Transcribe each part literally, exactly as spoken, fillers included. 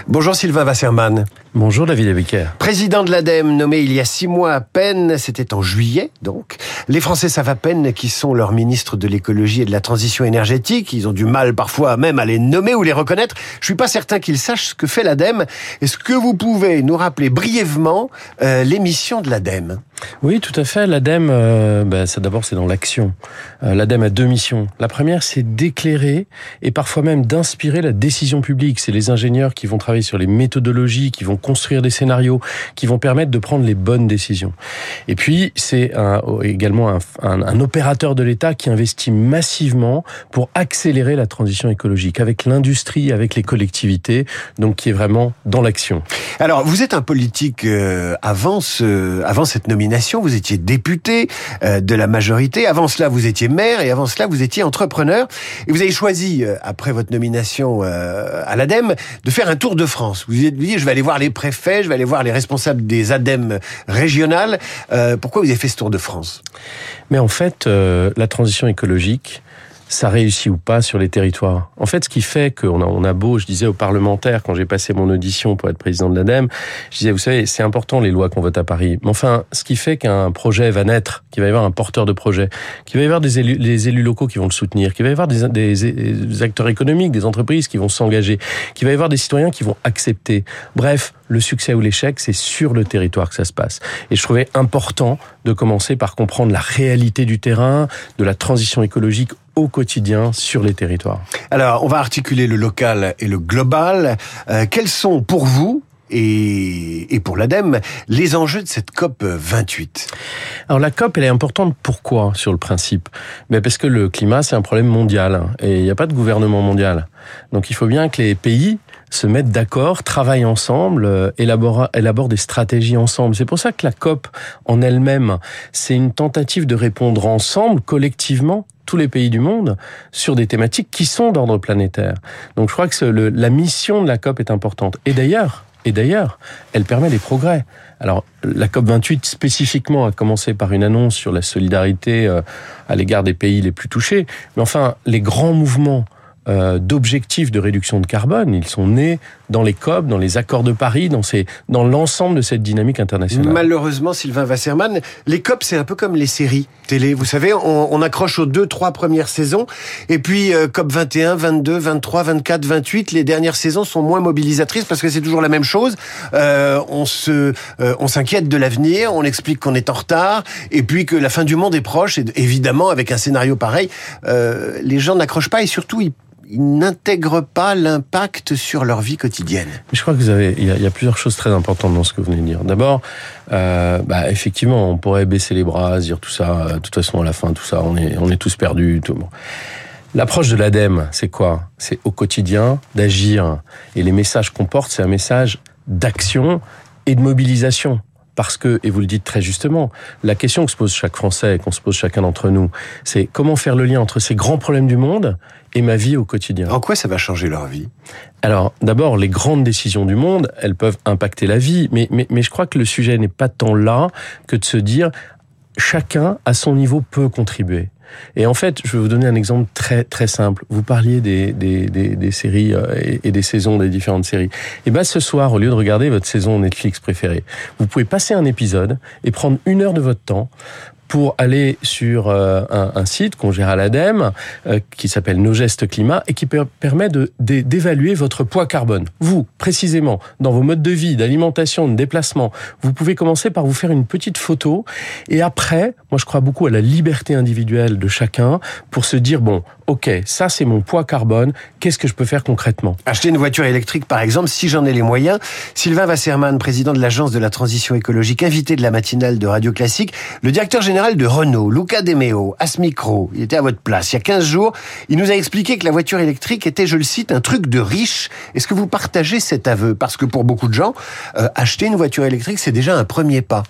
Bonjour Sylvain Wasserman. Bonjour David Abiker. Président de l'ADEME, nommé il y a six mois à peine, c'était en juillet donc. Les Français savent à peine qui sont leurs ministres de l'écologie et de la transition énergétique. Ils ont du mal parfois même à les nommer ou les reconnaître. Je suis pas certain qu'ils sachent ce que fait l'ADEME. Est-ce que vous pouvez nous rappeler brièvement euh, les missions de l'ADEME ? Oui, tout à fait. L'ADEME, euh, bah, ça, d'abord, c'est dans l'action. Euh, L'ADEME a deux missions. La première, c'est d'éclairer et parfois même d'inspirer la décision publique. C'est les ingénieurs qui vont travailler sur les méthodologies, qui vont construire des scénarios, qui vont permettre de prendre les bonnes décisions. Et puis, c'est un, également un, un, un opérateur de l'État qui investit massivement pour accélérer la transition écologique avec l'industrie, avec les collectivités, donc qui est vraiment dans l'action. Alors, vous êtes un politique euh, avant, ce, avant cette nomination. Vous étiez député euh, de la majorité. Avant cela, vous étiez maire et avant cela, vous étiez entrepreneur. Et vous avez choisi, euh, après votre nomination euh, à l'ADEME, de faire un tour de France. Vous vous êtes dit, je vais aller voir les préfets, je vais aller voir les responsables des ADEME régionales. Euh, pourquoi vous avez fait ce tour de France ? Mais en fait, euh, la transition écologique, ça réussit ou pas sur les territoires. En fait, ce qui fait qu'on a, on a beau, je disais aux parlementaires, quand j'ai passé mon audition pour être président de l'ADEME, je disais, vous savez, c'est important les lois qu'on vote à Paris. Mais enfin, ce qui fait qu'un projet va naître, qu'il va y avoir un porteur de projet, qu'il va y avoir des élus, les élus locaux qui vont le soutenir, qu'il va y avoir des, des, des acteurs économiques, des entreprises qui vont s'engager, qu'il va y avoir des citoyens qui vont accepter. Bref, le succès ou l'échec, c'est sur le territoire que ça se passe. Et je trouvais important de commencer par comprendre la réalité du terrain, de la transition écologique au quotidien sur les territoires. Alors, on va articuler le local et le global. Euh, quels sont pour vous et, et pour l'ADEME les enjeux de cette C O P vingt-huit ? Alors la C O P, elle est importante. Pourquoi sur le principe ? Mais parce que le climat, c'est un problème mondial et il n'y a pas de gouvernement mondial. Donc il faut bien que les pays se mettent d'accord, travaillent ensemble, élaborent, élaborent des stratégies ensemble. C'est pour ça que la C O P en elle-même, c'est une tentative de répondre ensemble, collectivement, tous les pays du monde, sur des thématiques qui sont d'ordre planétaire. Donc je crois que le, la mission de la C O P est importante. Et d'ailleurs, et d'ailleurs, elle permet des progrès. Alors, la C O P vingt-huit, spécifiquement, a commencé par une annonce sur la solidarité euh, à l'égard des pays les plus touchés. Mais enfin, les grands mouvements euh, d'objectifs de réduction de carbone, ils sont nés dans les C O P, dans les accords de Paris, dans, ces, dans l'ensemble de cette dynamique internationale. Malheureusement, Sylvain Wasserman, les C O P, c'est un peu comme les séries télé. Vous savez, on, on accroche aux deux, trois premières saisons, et puis euh, C O P vingt et un, vingt-deux, vingt-trois, vingt-quatre, vingt-huit, les dernières saisons sont moins mobilisatrices parce que c'est toujours la même chose. Euh, on se, euh, on s'inquiète de l'avenir, on explique qu'on est en retard, et puis que la fin du monde est proche. Et évidemment, avec un scénario pareil, euh, les gens n'accrochent pas et surtout ils ils n'intègrent pas l'impact sur leur vie quotidienne. Je crois que vous avez, il y a, il y a plusieurs choses très importantes dans ce que vous venez de dire. D'abord, euh, bah, effectivement, on pourrait baisser les bras, dire tout ça, de toute façon, à la fin, tout ça, on est, on est tous perdus, tout bon. L'approche de l'ADEME, c'est quoi ? C'est au quotidien d'agir. Et les messages qu'on porte, c'est un message d'action et de mobilisation. Parce que, et vous le dites très justement, la question que se pose chaque Français, qu'on se pose chacun d'entre nous, c'est comment faire le lien entre ces grands problèmes du monde et ma vie au quotidien. En quoi ça va changer leur vie ? Alors, d'abord, les grandes décisions du monde, elles peuvent impacter la vie, mais, mais, mais je crois que le sujet n'est pas tant là que de se dire chacun, à son niveau, peut contribuer. Et en fait, je vais vous donner un exemple très très simple. Vous parliez des des des, des séries et, et des saisons des différentes séries. Et ben ce soir, au lieu de regarder votre saison Netflix préférée, vous pouvez passer un épisode et prendre une heure de votre temps pour aller sur euh, un, un site qu'on gère à l'ADEME, euh, qui s'appelle Nos Gestes Climat, et qui per- permet de, de, d'évaluer votre poids carbone. Vous, précisément, dans vos modes de vie, d'alimentation, de déplacement, vous pouvez commencer par vous faire une petite photo, et après, moi je crois beaucoup à la liberté individuelle de chacun, pour se dire, bon, ok, ça c'est mon poids carbone, qu'est-ce que je peux faire concrètement ? Acheter une voiture électrique, par exemple, si j'en ai les moyens. Sylvain Wasserman, président de l'Agence de la transition écologique, invité de la matinale de Radio Classique, le directeur général de Renault, Luca De Meo, à ce micro, il était à votre place il y a quinze jours, il nous a expliqué que la voiture électrique était, je le cite, un truc de riche. Est-ce que vous partagez cet aveu ? Parce que pour beaucoup de gens, euh, acheter une voiture électrique, c'est déjà un premier pas.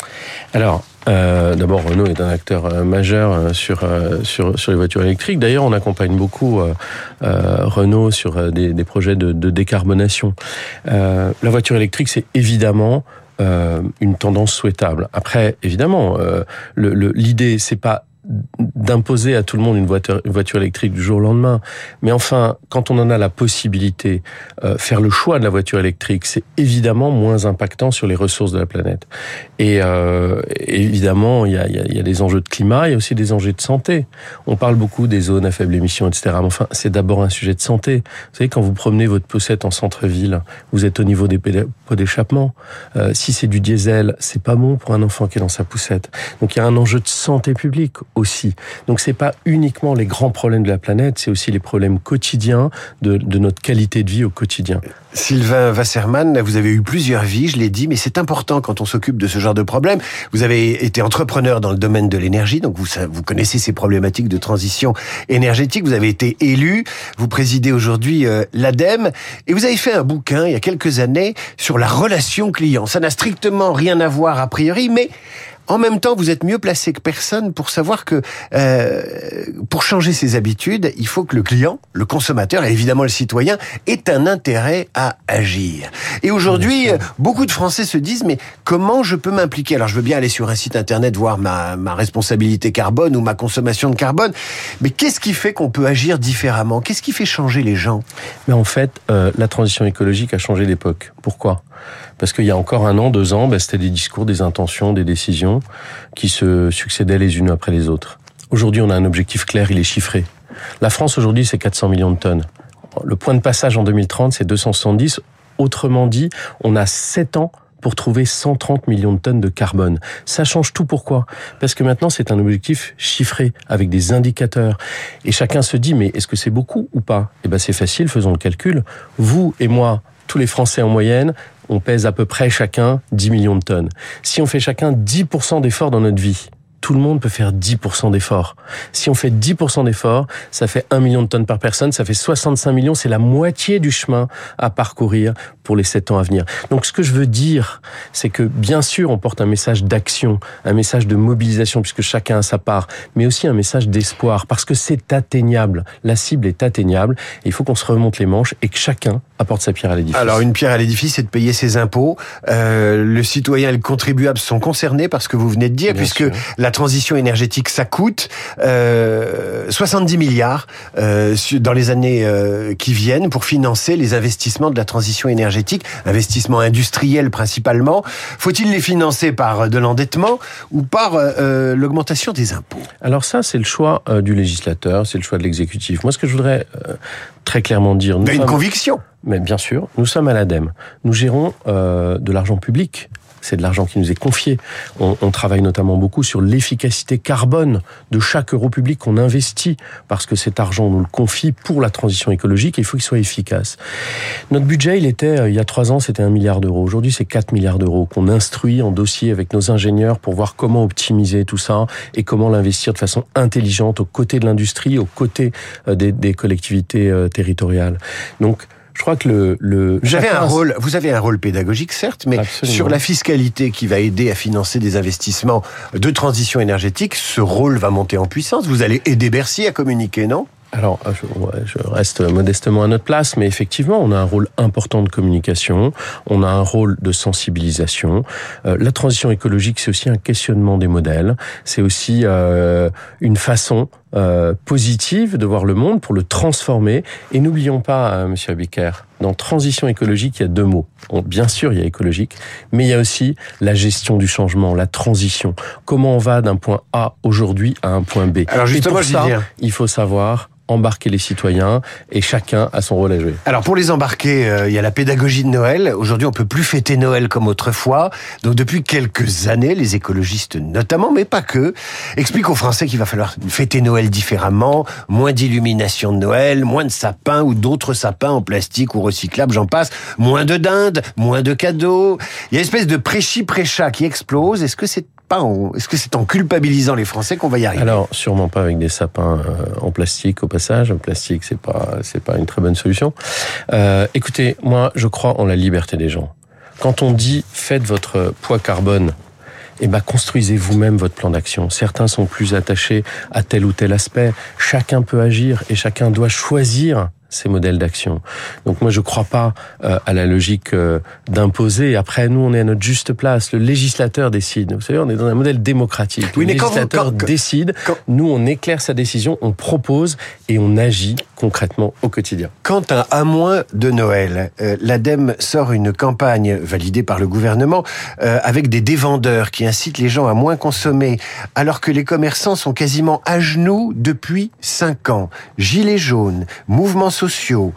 Alors, euh, d'abord, Renault est un acteur euh, majeur euh, sur, euh, sur, sur les voitures électriques. D'ailleurs, on accompagne beaucoup euh, euh, Renault sur euh, des, des projets de, de décarbonation. Euh, la voiture électrique, c'est évidemment euh, une tendance souhaitable. Après, évidemment, euh, le, le, l'idée, c'est pas d'imposer à tout le monde une voiture, une voiture électrique du jour au lendemain. Mais enfin, quand on en a la possibilité, euh, faire le choix de la voiture électrique, c'est évidemment moins impactant sur les ressources de la planète. Et euh, évidemment, il y a, il y a, il y a des enjeux de climat, il y a aussi des enjeux de santé. On parle beaucoup des zones à faible émission, et cetera. Mais enfin, c'est d'abord un sujet de santé. Vous savez, quand vous promenez votre poussette en centre-ville, vous êtes au niveau des pots d'échappement. Euh, si c'est du diesel, c'est pas bon pour un enfant qui est dans sa poussette. Donc il y a un enjeu de santé publique aussi. Donc c'est pas uniquement les grands problèmes de la planète, c'est aussi les problèmes quotidiens de, de notre qualité de vie au quotidien. Sylvain Wasserman, vous avez eu plusieurs vies, je l'ai dit, mais c'est important quand on s'occupe de ce genre de problème. Vous avez été entrepreneur dans le domaine de l'énergie, donc vous, vous connaissez ces problématiques de transition énergétique. Vous avez été élu, vous présidez aujourd'hui euh, l'ADEME, et vous avez fait un bouquin il y a quelques années sur la relation client. Ça n'a strictement rien à voir a priori, mais en même temps, vous êtes mieux placé que personne pour savoir que euh, pour changer ses habitudes, il faut que le client, le consommateur et évidemment le citoyen ait un intérêt à agir. Et aujourd'hui, beaucoup de Français se disent mais comment je peux m'impliquer ? Alors je veux bien aller sur un site internet voir ma, ma responsabilité carbone ou ma consommation de carbone, mais qu'est-ce qui fait qu'on peut agir différemment ? Qu'est-ce qui fait changer les gens ? Mais en fait, euh, la transition écologique a changé d'époque. Pourquoi ? Parce qu'il y a encore un an, deux ans, ben, c'était des discours, des intentions, des décisions qui se succédaient les unes après les autres. Aujourd'hui, on a un objectif clair, il est chiffré. La France, aujourd'hui, c'est quatre cents millions de tonnes. Le point de passage en deux mille trente, c'est deux cent soixante-dix. Autrement dit, on a sept ans pour trouver cent trente millions de tonnes de carbone. Ça change tout, pourquoi ? Parce que maintenant, c'est un objectif chiffré, avec des indicateurs. Et chacun se dit, mais est-ce que c'est beaucoup ou pas ? Eh ben, c'est facile, faisons le calcul. Vous et moi, tous les Français en moyenne, on pèse à peu près chacun dix millions de tonnes. Si on fait chacun dix pour cent d'efforts dans notre vie, tout le monde peut faire dix pour cent d'efforts. Si on fait dix pour cent d'efforts, ça fait un million de tonnes par personne, ça fait soixante-cinq millions, c'est la moitié du chemin à parcourir pour les sept ans à venir. Donc ce que je veux dire, c'est que bien sûr on porte un message d'action, un message de mobilisation puisque chacun a sa part, mais aussi un message d'espoir parce que c'est atteignable. La cible est atteignable et il faut qu'on se remonte les manches et que chacun apporte sa pierre à l'édifice. Alors une pierre à l'édifice, c'est de payer ses impôts. Euh, le citoyen et le contribuable sont concernés par ce que vous venez de dire, bien puisque sûr. La transition énergétique, ça coûte euh, soixante-dix milliards euh, dans les années euh, qui viennent pour financer les investissements de la transition énergétique, investissements industriels principalement. Faut-il les financer par de l'endettement ou par euh, l'augmentation des impôts ? Alors ça, c'est le choix euh, du législateur, c'est le choix de l'exécutif. Moi, ce que je voudrais euh, très clairement dire... Nous sommes... une conviction. Mais bien sûr, nous sommes à l'ADEME. Nous gérons euh, de l'argent public. C'est de l'argent qui nous est confié. On, on travaille notamment beaucoup sur l'efficacité carbone de chaque euro public qu'on investit, parce que cet argent, on nous le confie pour la transition écologique et il faut qu'il soit efficace. Notre budget, il était, il y a trois ans, c'était un milliard d'euros. Aujourd'hui, c'est quatre milliards d'euros qu'on instruit en dossier avec nos ingénieurs pour voir comment optimiser tout ça et comment l'investir de façon intelligente aux côtés de l'industrie, aux côtés des, des collectivités territoriales. Donc, je crois que le, le vous avez un rôle, vous avez un rôle pédagogique certes, mais Absolument. Sur la fiscalité qui va aider à financer des investissements de transition énergétique, ce rôle va monter en puissance. Vous allez aider Bercy à communiquer, non ? Alors, je, ouais, je reste modestement à notre place, mais effectivement, on a un rôle important de communication, on a un rôle de sensibilisation. Euh, la transition écologique, c'est aussi un questionnement des modèles, c'est aussi euh, une façon euh, positive de voir le monde pour le transformer. Et n'oublions pas, euh, Monsieur Abiker, dans transition écologique, il y a deux mots. Bon, bien sûr, il y a écologique, mais il y a aussi la gestion du changement, la transition. Comment on va d'un point A aujourd'hui à un point B ? Alors justement, et pour ça, je il faut savoir embarquer les citoyens et chacun a son rôle à jouer. Alors pour les embarquer, euh, il y a la pédagogie de Noël. Aujourd'hui, on peut plus fêter Noël comme autrefois. Donc depuis quelques années, les écologistes notamment, mais pas que, expliquent aux Français qu'il va falloir fêter Noël différemment, moins d'illumination de Noël, moins de sapins ou d'autres sapins en plastique ou recyclables, j'en passe, moins de dindes, moins de cadeaux. Il y a une espèce de prêchi prêcha qui explose. Est-ce que c'est pas en, est-ce que c'est en culpabilisant les Français qu'on va y arriver ? Alors, sûrement pas avec des sapins euh, en plastique au passage. Le plastique, c'est pas, c'est pas une très bonne solution. Euh, écoutez, moi, je crois en la liberté des gens. Quand on dit faites votre poids carbone, eh ben, construisez vous-même votre plan d'action. Certains sont plus attachés à tel ou tel aspect. Chacun peut agir et chacun doit choisir ces modèles d'action. Donc moi je crois pas euh, à la logique euh, d'imposer. Après nous on est à notre juste place. Le législateur décide. Vous savez on est dans un modèle démocratique. Oui, le mais quand législateur vous, quand, décide. Quand, nous on éclaire sa décision, on propose et on agit concrètement au quotidien. Quand à un mois de Noël, euh, l'ADEME sort une campagne validée par le gouvernement euh, avec des dévendeurs qui incitent les gens à moins consommer, alors que les commerçants sont quasiment à genoux depuis cinq ans. Gilets jaunes, mouvements sociaux,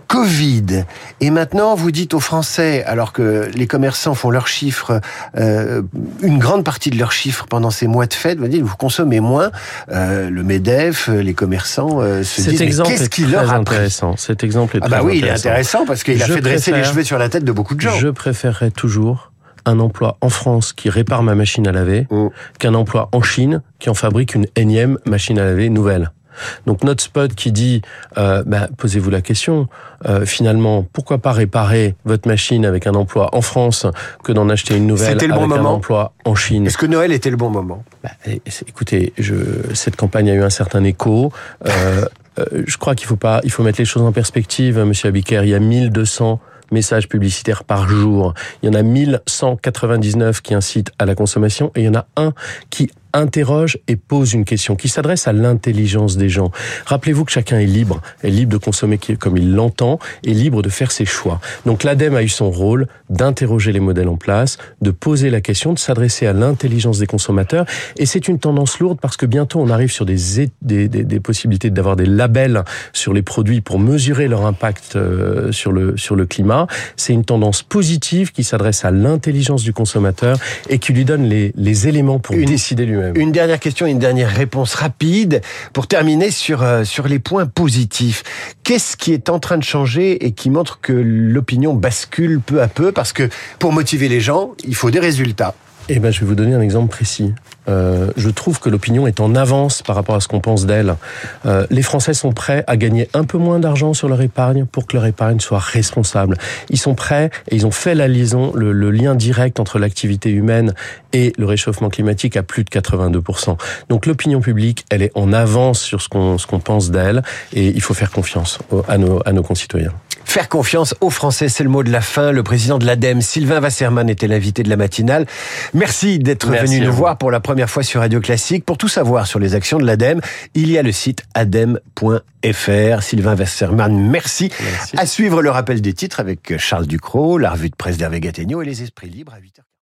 Covid. Et maintenant, vous dites aux Français, alors que les commerçants font leurs chiffres, euh, une grande partie de leurs chiffres pendant ces mois de fête, vous dites, vous consommez moins. Euh, le MEDEF, les commerçants euh, se Cet disent, exemple mais qu'est-ce est qu'il très leur a intéressant. pris ? Cet exemple est Ah très bah oui, intéressant. il est intéressant parce qu'il a Je fait dresser préfère, les cheveux sur la tête de beaucoup de gens. Je préférerais toujours un emploi en France qui répare ma machine à laver mmh. qu'un emploi en Chine qui en fabrique une énième machine à laver nouvelle. Donc notre spot qui dit, euh, bah, posez-vous la question, euh, finalement, pourquoi pas réparer votre machine avec un emploi en France que d'en acheter une nouvelle C'était le avec bon un moment. emploi en Chine. Est-ce que Noël était le bon moment ? Bah, écoutez, je, cette campagne a eu un certain écho. Euh, euh, je crois qu'il faut pas, il faut mettre les choses en perspective, hein, Monsieur Abiker. Il y a mille deux cents messages publicitaires par jour. Il y en a mille cent quatre-vingt-dix-neuf qui incitent à la consommation et il y en a un qui interroge et pose une question, qui s'adresse à l'intelligence des gens. Rappelez-vous que chacun est libre, est libre de consommer comme il l'entend, est libre de faire ses choix. Donc l'ADEME a eu son rôle d'interroger les modèles en place, de poser la question, de s'adresser à l'intelligence des consommateurs. Et c'est une tendance lourde parce que bientôt on arrive sur des, des, des, des possibilités d'avoir des labels sur les produits pour mesurer leur impact euh, sur le, sur le climat. C'est une tendance positive qui s'adresse à l'intelligence du consommateur et qui lui donne les, les éléments pour une, décider lui-même. Une dernière question, une dernière réponse rapide pour terminer sur, euh, sur les points positifs. Qu'est-ce qui est en train de changer et qui montre que l'opinion bascule peu à peu? Parce que pour motiver les gens, il faut des résultats. Eh ben, je vais vous donner un exemple précis. Euh, je trouve que l'opinion est en avance par rapport à ce qu'on pense d'elle. Euh, les Français sont prêts à gagner un peu moins d'argent sur leur épargne pour que leur épargne soit responsable. Ils sont prêts et ils ont fait la liaison, le, le lien direct entre l'activité humaine et le réchauffement climatique à plus de quatre-vingt-deux pour cent. Donc l'opinion publique, elle est en avance sur ce qu'on, ce qu'on pense d'elle et il faut faire confiance à nos, à nos concitoyens. Faire confiance aux Français, c'est le mot de la fin. Le président de l'ADEME, Sylvain Wasserman, était l'invité de la matinale. Merci d'être Merci venu nous voir pour la première fois sur Radio Classique. Pour tout savoir sur les actions de l'ADEME, il y a le site adem point f r. Sylvain Wasserman, merci. merci. À suivre le rappel des titres avec Charles Ducrot, la revue de presse d'Hervé Gattegno et les Esprits libres à huit heures.